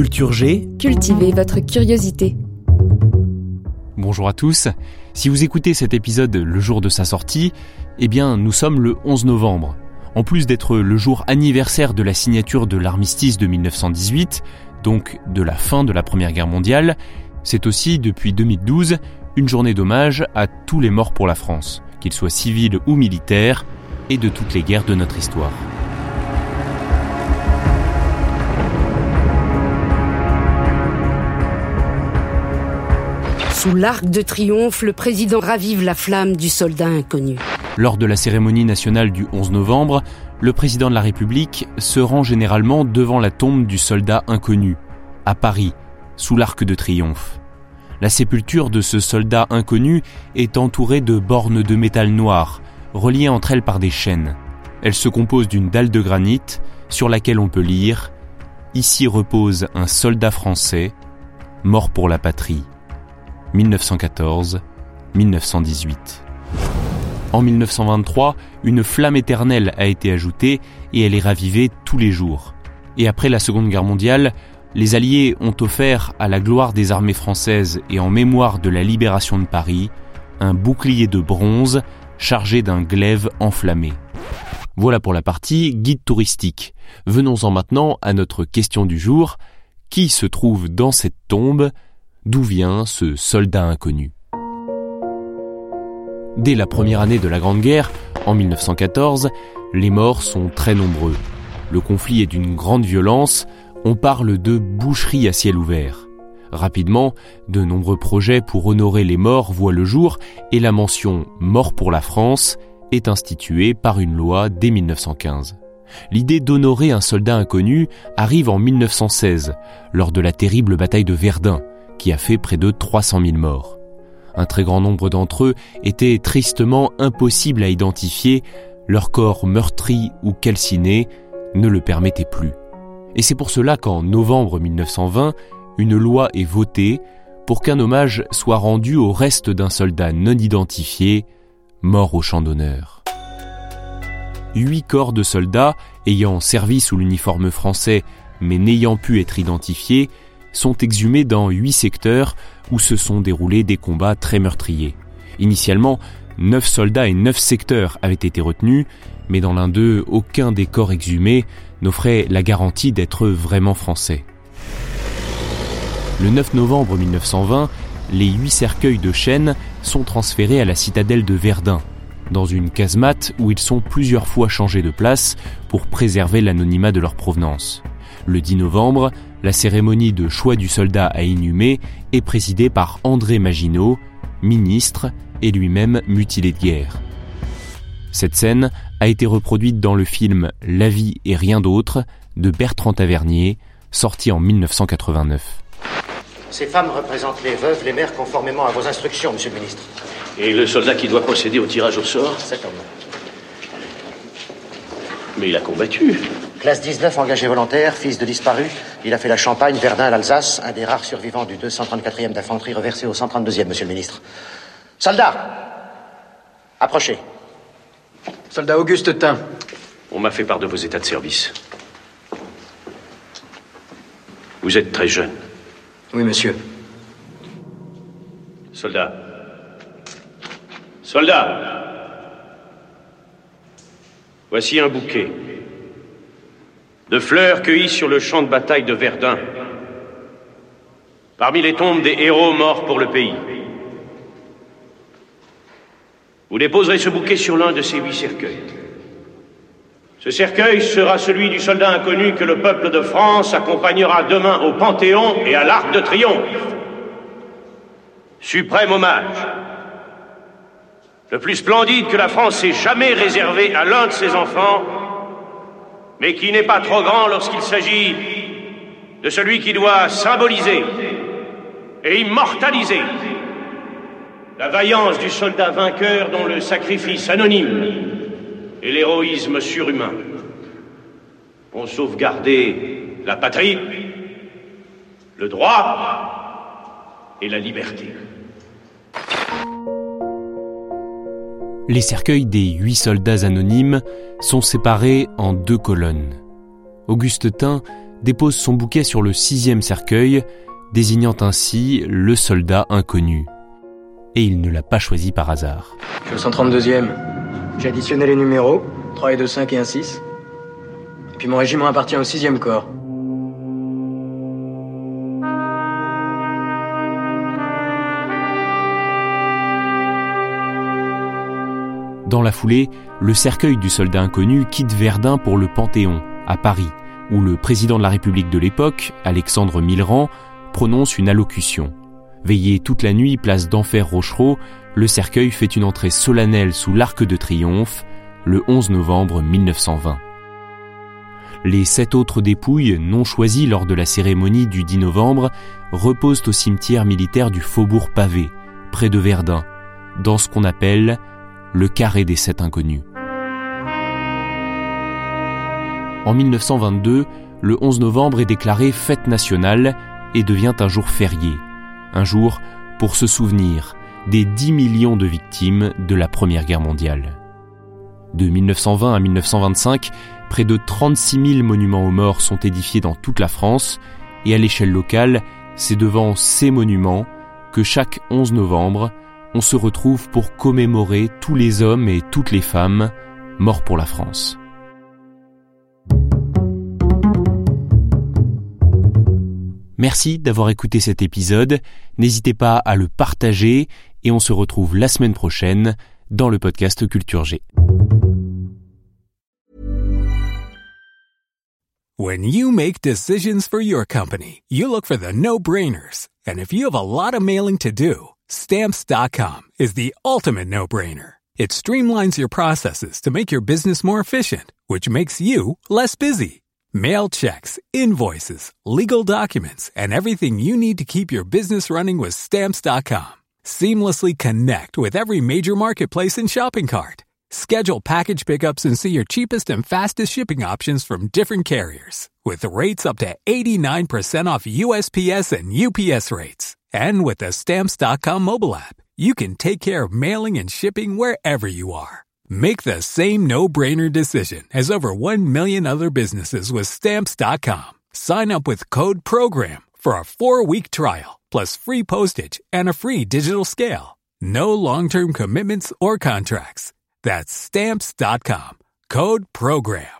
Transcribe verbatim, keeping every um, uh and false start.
Culture G. Cultivez votre curiosité. Bonjour à tous. Si vous écoutez cet épisode le jour de sa sortie, eh bien nous sommes le onze novembre. En plus d'être le jour anniversaire de la signature de l'armistice de dix-neuf cent dix-huit, donc de la fin de la Première Guerre mondiale, c'est aussi, depuis deux mille douze, une journée d'hommage à tous les morts pour la France, qu'ils soient civils ou militaires, et de toutes les guerres de notre histoire. Sous l'Arc de Triomphe, le président ravive la flamme du soldat inconnu. Lors de la cérémonie nationale du onze novembre, le président de la République se rend généralement devant la tombe du soldat inconnu, à Paris, sous l'Arc de Triomphe. La sépulture de ce soldat inconnu est entourée de bornes de métal noir, reliées entre elles par des chaînes. Elle se compose d'une dalle de granit sur laquelle on peut lire « Ici repose un soldat français, mort pour la patrie ». dix-neuf cent quatorze à dix-neuf cent dix-huit. En dix-neuf cent vingt-trois, une flamme éternelle a été ajoutée et elle est ravivée tous les jours. Et après la Seconde Guerre mondiale, les Alliés ont offert à la gloire des armées françaises et en mémoire de la libération de Paris, un bouclier de bronze chargé d'un glaive enflammé. Voilà pour la partie guide touristique. Venons-en maintenant à notre question du jour. Qui se trouve dans cette tombe ? D'où vient ce soldat inconnu ? Dès la première année de la Grande Guerre, en dix-neuf cent quatorze, les morts sont très nombreux. Le conflit est d'une grande violence, on parle de boucherie à ciel ouvert. Rapidement, de nombreux projets pour honorer les morts voient le jour et la mention « Mort pour la France » est instituée par une loi dès dix-neuf cent quinze. L'idée d'honorer un soldat inconnu arrive en dix-neuf cent seize, lors de la terrible bataille de Verdun, qui a fait près de trois cent mille morts. Un très grand nombre d'entre eux étaient tristement impossibles à identifier, leur corps meurtri ou calciné ne le permettait plus. Et c'est pour cela qu'en novembre dix-neuf cent vingt, une loi est votée pour qu'un hommage soit rendu au reste d'un soldat non identifié, mort au champ d'honneur. Huit corps de soldats ayant servi sous l'uniforme français mais n'ayant pu être identifiés sont exhumés dans huit secteurs où se sont déroulés des combats très meurtriers. Initialement, neuf soldats et neuf secteurs avaient été retenus, mais dans l'un d'eux, aucun des corps exhumés n'offrait la garantie d'être vraiment français. Le neuf novembre dix-neuf cent vingt, les huit cercueils de chêne sont transférés à la citadelle de Verdun, dans une casemate où ils sont plusieurs fois changés de place pour préserver l'anonymat de leur provenance. Le dix novembre, la cérémonie de choix du soldat à inhumer est présidée par André Maginot, ministre et lui-même mutilé de guerre. Cette scène a été reproduite dans le film « La vie et rien d'autre » de Bertrand Tavernier, sorti en dix-neuf cent quatre-vingt-neuf. Ces femmes représentent les veuves, les mères, conformément à vos instructions, monsieur le ministre. Et le soldat qui doit procéder au tirage au sort ? Cet homme. Mais il a combattu. Classe dix-neuf, engagé volontaire, fils de disparu. Il a fait la Champagne, Verdun, l'Alsace, un des rares survivants du deux cent trente-quatrième d'infanterie reversé au cent trente-deuxième, monsieur le ministre. Soldats, approchez. Soldat Auguste Tain. On m'a fait part de vos états de service. Vous êtes très jeune. Oui, monsieur. Soldat. Soldat. Voici un bouquet de fleurs cueillies sur le champ de bataille de Verdun, parmi les tombes des héros morts pour le pays. Vous déposerez ce bouquet sur l'un de ces huit cercueils. Ce cercueil sera celui du soldat inconnu que le peuple de France accompagnera demain au Panthéon et à l'Arc de Triomphe. Suprême hommage, le plus splendide que la France ait jamais réservé à l'un de ses enfants, mais qui n'est pas trop grand lorsqu'il s'agit de celui qui doit symboliser et immortaliser la vaillance du soldat vainqueur dont le sacrifice anonyme et l'héroïsme surhumain ont sauvegardé la patrie, le droit et la liberté. Les cercueils des huit soldats anonymes sont séparés en deux colonnes. Auguste Tain dépose son bouquet sur le sixième cercueil, désignant ainsi le soldat inconnu. Et il ne l'a pas choisi par hasard. Je suis au cent trente-deuxième. J'ai additionné les numéros, trois et deux, cinq et un, six. Et puis mon régiment appartient au sixième corps. Dans la foulée, le cercueil du soldat inconnu quitte Verdun pour le Panthéon, à Paris, où le président de la République de l'époque, Alexandre Millerand, prononce une allocution. Veillé toute la nuit, place d'Enfer-Rochereau, le cercueil fait une entrée solennelle sous l'Arc de Triomphe, le onze novembre mille neuf cent vingt. Les sept autres dépouilles, non choisies lors de la cérémonie du dix novembre, reposent au cimetière militaire du Faubourg Pavé, près de Verdun, dans ce qu'on appelle le carré des sept inconnus. En mille neuf cent vingt-deux, le onze novembre est déclaré fête nationale et devient un jour férié. Un jour pour se souvenir des dix millions de victimes de la Première Guerre mondiale. De mille neuf cent vingt à mille neuf cent vingt-cinq, près de trente-six mille monuments aux morts sont édifiés dans toute la France et à l'échelle locale, c'est devant ces monuments que chaque onze novembre, on se retrouve pour commémorer tous les hommes et toutes les femmes morts pour la France. Merci d'avoir écouté cet épisode. N'hésitez pas à le partager et on se retrouve la semaine prochaine dans le podcast Culture G. When you make decisions for your company, you look for the no-brainers. And if you have a lot of mailing to do, Stamps dot com is the ultimate no-brainer. It streamlines your processes to make your business more efficient, which makes you less busy. Mail checks, invoices, legal documents, and everything you need to keep your business running with Stamps dot com. Seamlessly connect with every major marketplace and shopping cart. Schedule package pickups and see your cheapest and fastest shipping options from different carriers, with rates up to eighty-nine percent off U S P S and U P S rates. And with the Stamps dot com mobile app, you can take care of mailing and shipping wherever you are. Make the same no-brainer decision as over one million other businesses with Stamps dot com. Sign up with code PROGRAM for a four-week trial, plus free postage and a free digital scale. No long-term commitments or contracts. That's Stamps dot com. Code PROGRAM.